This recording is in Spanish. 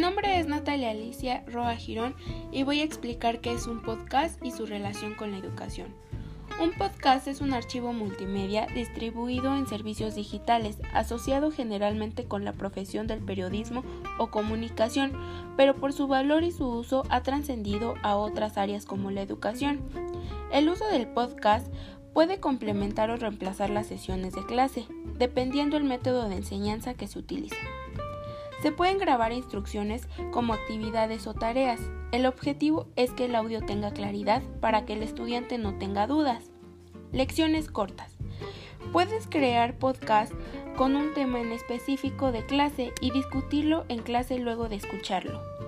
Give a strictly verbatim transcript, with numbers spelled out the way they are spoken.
nombre es Natalia Alicia Roa Girón y voy a explicar qué es un podcast y su relación con la educación. Un podcast es un archivo multimedia distribuido en servicios digitales, asociado generalmente con la profesión del periodismo o comunicación, pero por su valor y su uso ha trascendido a otras áreas como la educación. El uso del podcast puede complementar o reemplazar las sesiones de clase, dependiendo del método de enseñanza que se utilice. Se pueden grabar instrucciones como actividades o tareas. El objetivo es que el audio tenga claridad para que el estudiante no tenga dudas. Lecciones cortas. Puedes crear podcast con un tema en específico de clase y discutirlo en clase luego de escucharlo.